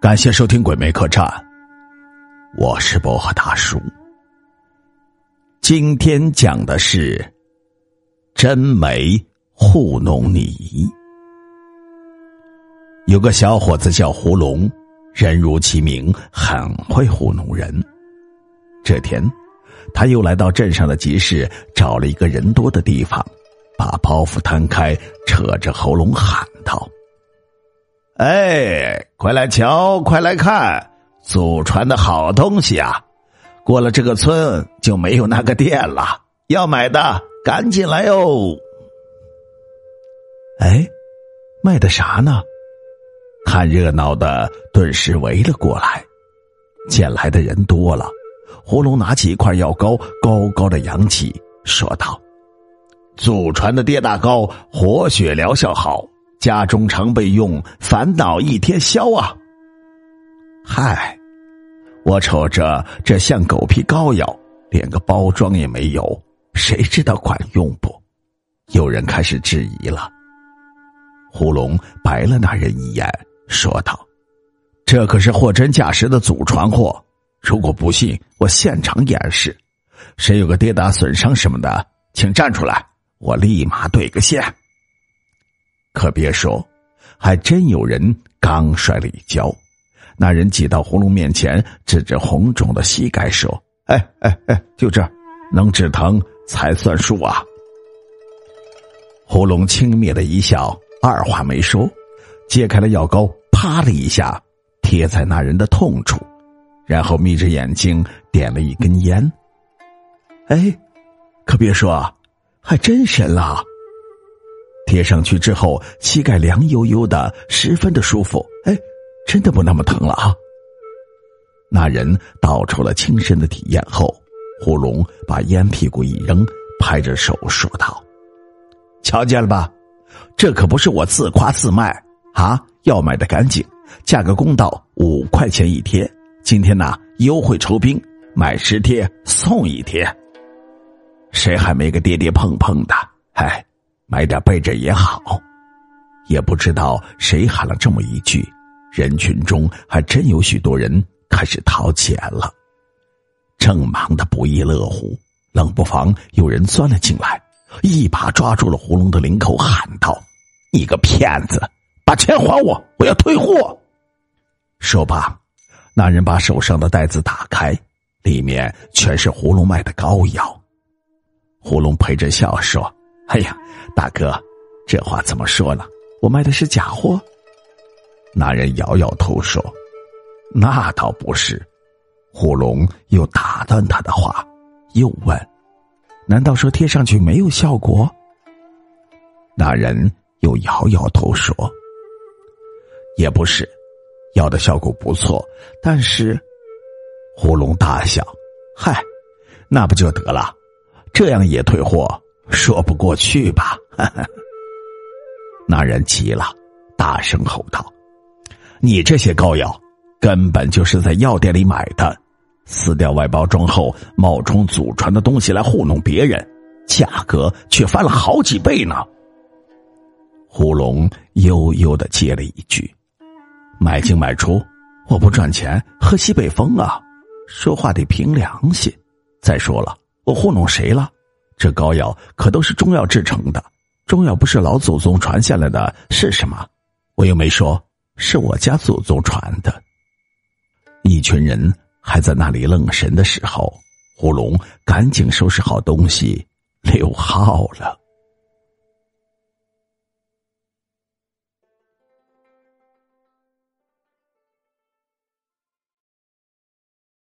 感谢收听鬼魅客栈，我是薄荷大叔。今天讲的是真没糊弄你。有个小伙子叫胡龙，人如其名，很会糊弄人。这天他又来到镇上的集市，找了一个人多的地方，把包袱摊开，扯着喉咙喊道：哎，快来瞧，快来看，祖传的好东西啊！过了这个村就没有那个店了，要买的赶紧来哦！哎，卖的啥呢？看热闹的顿时围了过来。见来的人多了，胡龙拿起一块药膏，高高的扬起，说道：祖传的跌打膏，活血疗效好，家中常备用，烦恼一天消啊！嗨，我瞅着这像狗皮膏药，连个包装也没有，谁知道管用不？有人开始质疑了。胡龙白了那人一眼，说道：这可是货真价实的祖传货，如果不信，我现场演示，谁有个跌打损伤什么的，请站出来，我立马对个线。可别说，还真有人刚摔了一跤。那人挤到胡龙面前，指着红肿的膝盖说：哎，就这儿，能止疼才算数啊！胡龙轻蔑的一笑，二话没说，揭开了药膏，啪的一下贴在那人的痛处，然后眯着眼睛点了一根烟。哎，可别说，还真神了！贴上去之后，膝盖凉悠悠的，十分的舒服。哎，真的不那么疼了啊！那人道出了亲身的体验后，胡龙把烟屁股一扔，拍着手说道：瞧见了吧，这可不是我自夸自卖啊！要买的赶紧，价格公道，5块钱一贴。今天呢，优惠酬宾，买10贴送1贴。谁还没个跌跌碰碰的？哎，买点备着也好。也不知道谁喊了这么一句，人群中还真有许多人开始掏钱了。正忙得不亦乐乎，冷不防有人钻了进来，一把抓住了胡龙的领口，喊道：你个骗子，把钱还我，我要退货！说罢，那人把手上的袋子打开，里面全是胡龙卖的膏药。胡龙陪着笑说：哎呀，大哥，这话怎么说呢？我卖的是假货。那人摇摇头说：那倒不是。胡龙又打断他的话，又问：难道说贴上去没有效果？那人又摇摇头说：也不是，药的效果不错，但是……胡龙大笑：嗨，那不就得了？这样也退货，说不过去吧？那人急了，大声吼道：你这些膏药根本就是在药店里买的，撕掉外包装后冒充祖传的东西来糊弄别人，价格却翻了好几倍呢。胡龙悠悠地接了一句：买进买出，我不赚钱，喝西北风啊！说话得凭良心。再说了，我糊弄谁了？这膏药可都是中药制成的，中药不是老祖宗传下来的是什么？我又没说是我家祖宗传的。一群人还在那里愣神的时候，胡龙赶紧收拾好东西溜号了。